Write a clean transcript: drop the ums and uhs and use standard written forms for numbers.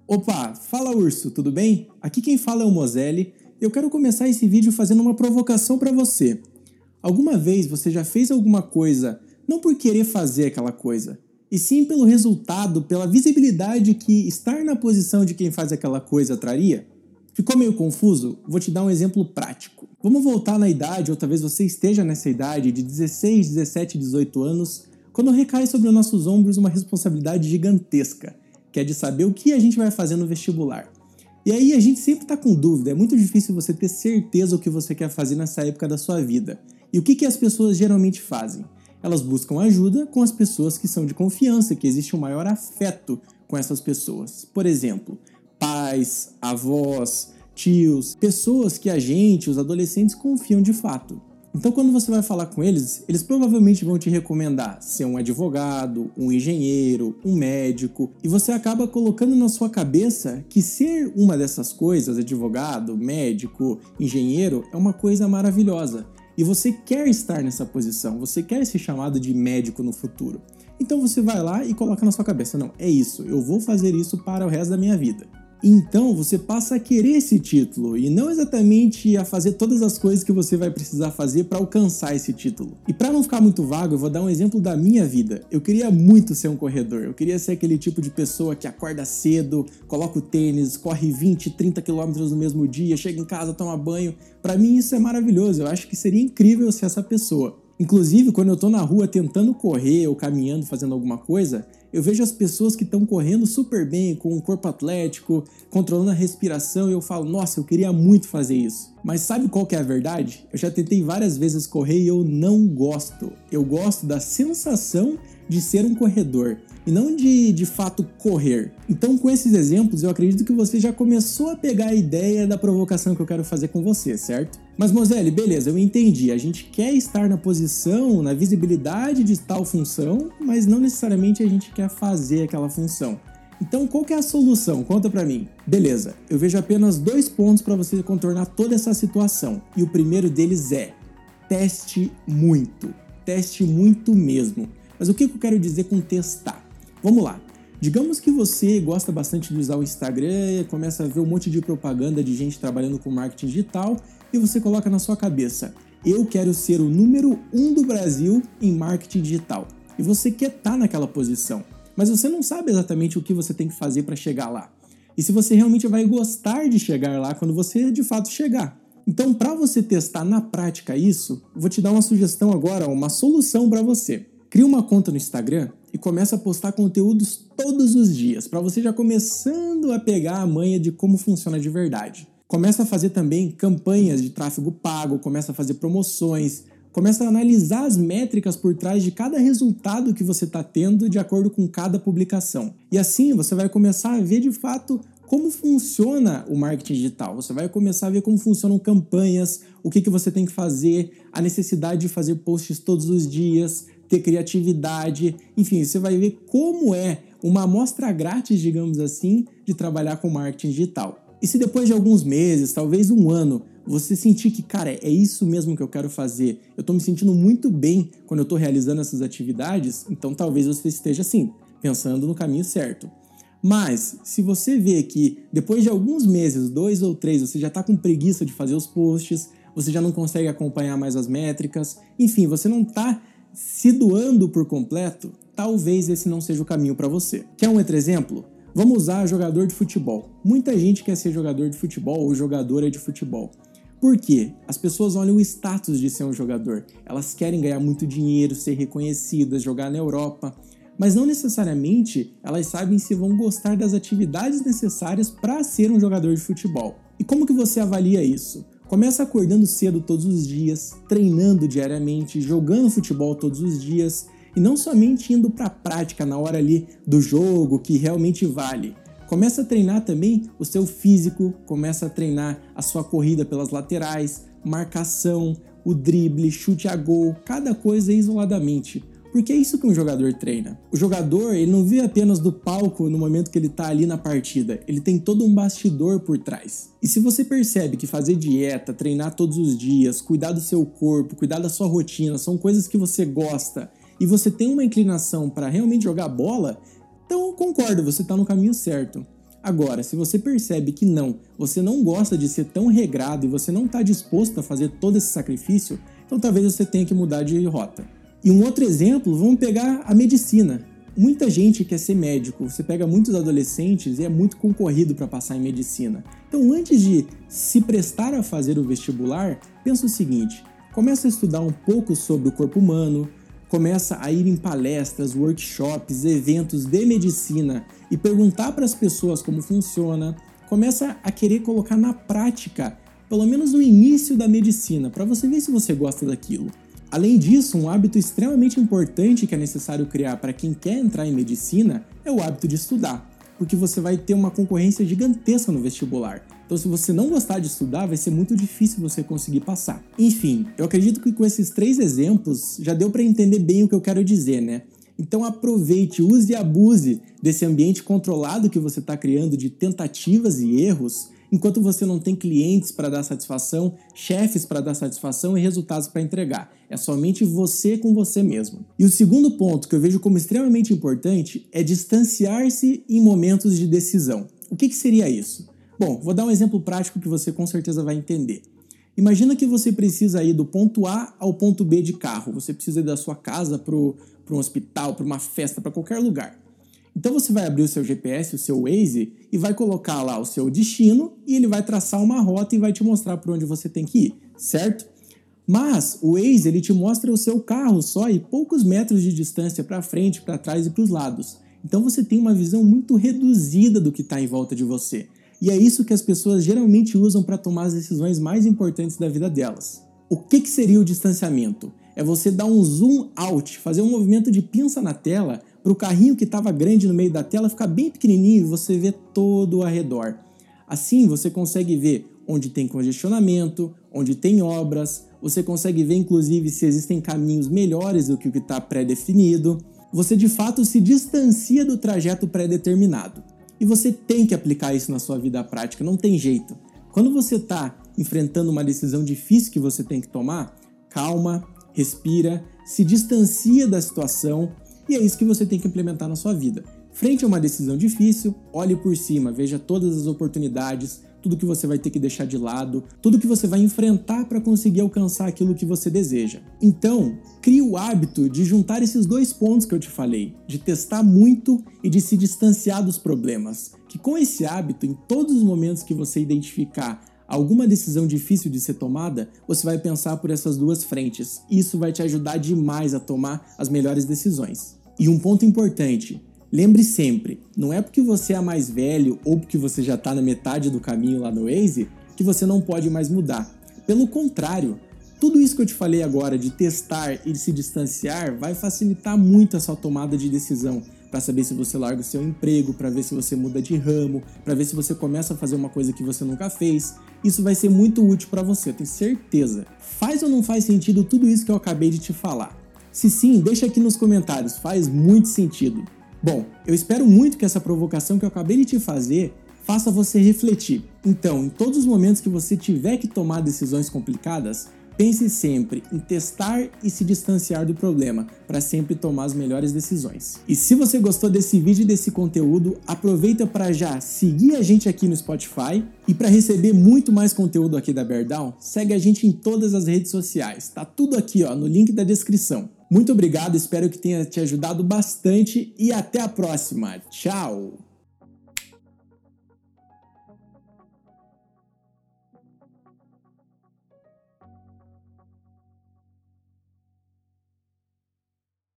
Opa, fala urso, tudo bem? Aqui quem fala é o Moselle e eu quero começar esse vídeo fazendo uma provocação para você. Alguma vez você já fez alguma coisa não por querer fazer aquela coisa, e sim pelo resultado, pela visibilidade que estar na posição de quem faz aquela coisa traria? Ficou meio confuso? Vou te dar um exemplo prático. Vamos voltar na idade, ou talvez você esteja nessa idade de 16, 17, 18 anos, quando recai sobre os nossos ombros uma responsabilidade gigantesca, que é de saber o que a gente vai fazer no vestibular. E aí a gente sempre está com dúvida, é muito difícil você ter certeza o que você quer fazer nessa época da sua vida. E o que as pessoas geralmente fazem? Elas buscam ajuda com as pessoas que são de confiança, que existe um maior afeto com essas pessoas. Por exemplo, pais, avós, tios, pessoas que a gente, os adolescentes, confiam de fato. Então, quando você vai falar com eles, eles provavelmente vão te recomendar ser um advogado, um engenheiro, um médico, e você acaba colocando na sua cabeça que ser uma dessas coisas, advogado, médico, engenheiro, é uma coisa maravilhosa. E você quer estar nessa posição, você quer ser chamado de médico no futuro. Então você vai lá e coloca na sua cabeça, não, é isso, eu vou fazer isso para o resto da minha vida. Então você passa a querer esse título e não exatamente a fazer todas as coisas que você vai precisar fazer para alcançar esse título. E para não ficar muito vago, eu vou dar um exemplo da minha vida. Eu queria muito ser um corredor, eu queria ser aquele tipo de pessoa que acorda cedo, coloca o tênis, corre 20, 30 quilômetros no mesmo dia, chega em casa, toma banho. Para mim isso é maravilhoso, eu acho que seria incrível ser essa pessoa. Inclusive, quando eu tô na rua tentando correr ou caminhando, fazendo alguma coisa, eu vejo as pessoas que estão correndo super bem, com um corpo atlético, controlando a respiração, e eu falo, nossa, eu queria muito fazer isso. Mas sabe qual que é a verdade? Eu já tentei várias vezes correr e eu não gosto. Eu gosto da sensação de ser um corredor, e não de fato correr. Então, com esses exemplos, eu acredito que você já começou a pegar a ideia da provocação que eu quero fazer com você, certo? Mas, Moselle, beleza, eu entendi. A gente quer estar na posição, na visibilidade de tal função, mas não necessariamente a gente quer fazer aquela função. Então, qual que é a solução? Conta pra mim. Beleza, eu vejo apenas 2 pontos para você contornar toda essa situação. E o primeiro deles é: teste muito. Teste muito mesmo. Mas o que eu quero dizer com testar? Vamos lá. Digamos que você gosta bastante de usar o Instagram, começa a ver um monte de propaganda de gente trabalhando com marketing digital e você coloca na sua cabeça: eu quero ser o número 1 do Brasil em marketing digital. E você quer estar naquela posição, mas você não sabe exatamente o que você tem que fazer para chegar lá. E se você realmente vai gostar de chegar lá quando você de fato chegar. Então, para você testar na prática isso, vou te dar uma sugestão agora, uma solução para você. Cria uma conta no Instagram e começa a postar conteúdos todos os dias, para você já começando a pegar a manha de como funciona de verdade. Começa a fazer também campanhas de tráfego pago, começa a fazer promoções, começa a analisar as métricas por trás de cada resultado que você está tendo de acordo com cada publicação. E assim você vai começar a ver de fato como funciona o marketing digital. Você vai começar a ver como funcionam campanhas, o que você tem que fazer, a necessidade de fazer posts todos os dias, ter criatividade, enfim, você vai ver como é uma amostra grátis, digamos assim, de trabalhar com marketing digital. E se depois de alguns meses, talvez um ano, você sentir que, cara, é isso mesmo que eu quero fazer, eu estou me sentindo muito bem quando eu estou realizando essas atividades, então talvez você esteja, assim, pensando no caminho certo. Mas, se você vê que depois de alguns meses, 2 ou 3, você já está com preguiça de fazer os posts, você já não consegue acompanhar mais as métricas, enfim, você não está se doando por completo, talvez esse não seja o caminho para você. Quer um outro exemplo? Vamos usar jogador de futebol. Muita gente quer ser jogador de futebol ou jogadora de futebol. Por quê? As pessoas olham o status de ser um jogador. Elas querem ganhar muito dinheiro, ser reconhecidas, jogar na Europa, mas não necessariamente elas sabem se vão gostar das atividades necessárias para ser um jogador de futebol. E como que você avalia isso? Começa acordando cedo todos os dias, treinando diariamente, jogando futebol todos os dias e não somente indo para a prática na hora ali do jogo que realmente vale. Começa a treinar também o seu físico, começa a treinar a sua corrida pelas laterais, marcação, o drible, chute a gol, cada coisa isoladamente. Porque é isso que um jogador treina. O jogador, ele não vê apenas do palco no momento que ele está ali na partida, ele tem todo um bastidor por trás. E se você percebe que fazer dieta, treinar todos os dias, cuidar do seu corpo, cuidar da sua rotina, são coisas que você gosta e você tem uma inclinação para realmente jogar bola, então concordo, você está no caminho certo. Agora, se você percebe que não, você não gosta de ser tão regrado e você não está disposto a fazer todo esse sacrifício, então talvez você tenha que mudar de rota. E um outro exemplo, vamos pegar a medicina. Muita gente quer ser médico, você pega muitos adolescentes e é muito concorrido para passar em medicina. Então, antes de se prestar a fazer o vestibular, pensa o seguinte: começa a estudar um pouco sobre o corpo humano, começa a ir em palestras, workshops, eventos de medicina e perguntar para as pessoas como funciona, começa a querer colocar na prática, pelo menos no início da medicina, para você ver se você gosta daquilo. Além disso, um hábito extremamente importante que é necessário criar para quem quer entrar em medicina é o hábito de estudar, porque você vai ter uma concorrência gigantesca no vestibular. Então, se você não gostar de estudar, vai ser muito difícil você conseguir passar. Enfim, eu acredito que com esses 3 exemplos já deu para entender bem o que eu quero dizer, né? Então aproveite, use e abuse desse ambiente controlado que você está criando de tentativas e erros, enquanto você não tem clientes para dar satisfação, chefes para dar satisfação e resultados para entregar. É somente você com você mesmo. E o segundo ponto que eu vejo como extremamente importante é distanciar-se em momentos de decisão. O que seria isso? Bom, vou dar um exemplo prático que você com certeza vai entender. Imagina que você precisa ir do ponto A ao ponto B de carro. Você precisa ir da sua casa para um hospital, para uma festa, para qualquer lugar. Então você vai abrir o seu GPS, o seu Waze, e vai colocar lá o seu destino e ele vai traçar uma rota e vai te mostrar por onde você tem que ir, certo? Mas o Waze ele te mostra o seu carro só e poucos metros de distância para frente, para trás e para os lados. Então você tem uma visão muito reduzida do que está em volta de você. E é isso que as pessoas geralmente usam para tomar as decisões mais importantes da vida delas. O que seria o distanciamento? É você dar um zoom out, fazer um movimento de pinça na tela para o carrinho que estava grande no meio da tela ficar bem pequenininho e você ver todo ao redor. Assim você consegue ver onde tem congestionamento, onde tem obras, você consegue ver inclusive se existem caminhos melhores do que o que está pré-definido. Você de fato se distancia do trajeto pré-determinado. E você tem que aplicar isso na sua vida prática, não tem jeito. Quando você está enfrentando uma decisão difícil que você tem que tomar, calma, respira, se distancia da situação e é isso que você tem que implementar na sua vida. Frente a uma decisão difícil, olhe por cima, veja todas as oportunidades, tudo que você vai ter que deixar de lado, tudo que você vai enfrentar para conseguir alcançar aquilo que você deseja. Então, crie o hábito de juntar esses 2 pontos que eu te falei, de testar muito e de se distanciar dos problemas. Que com esse hábito, em todos os momentos que você identificar alguma decisão difícil de ser tomada, você vai pensar por essas 2 frentes. Isso vai te ajudar demais a tomar as melhores decisões. E um ponto importante, lembre sempre, não é porque você é mais velho ou porque você já está na metade do caminho lá no Waze que você não pode mais mudar. Pelo contrário, tudo isso que eu te falei agora de testar e de se distanciar vai facilitar muito a sua tomada de decisão para saber se você larga o seu emprego, para ver se você muda de ramo, para ver se você começa a fazer uma coisa que você nunca fez. Isso vai ser muito útil para você, eu tenho certeza. Faz ou não faz sentido tudo isso que eu acabei de te falar? Se sim, deixa aqui nos comentários, faz muito sentido. Bom, eu espero muito que essa provocação que eu acabei de te fazer faça você refletir. Então, em todos os momentos que você tiver que tomar decisões complicadas, pense sempre em testar e se distanciar do problema, para sempre tomar as melhores decisões. E se você gostou desse vídeo e desse conteúdo, aproveita para já seguir a gente aqui no Spotify e para receber muito mais conteúdo aqui da Bear Down, segue a gente em todas as redes sociais. Tá tudo aqui, ó, no link da descrição. Muito obrigado, espero que tenha te ajudado bastante e até a próxima. Tchau!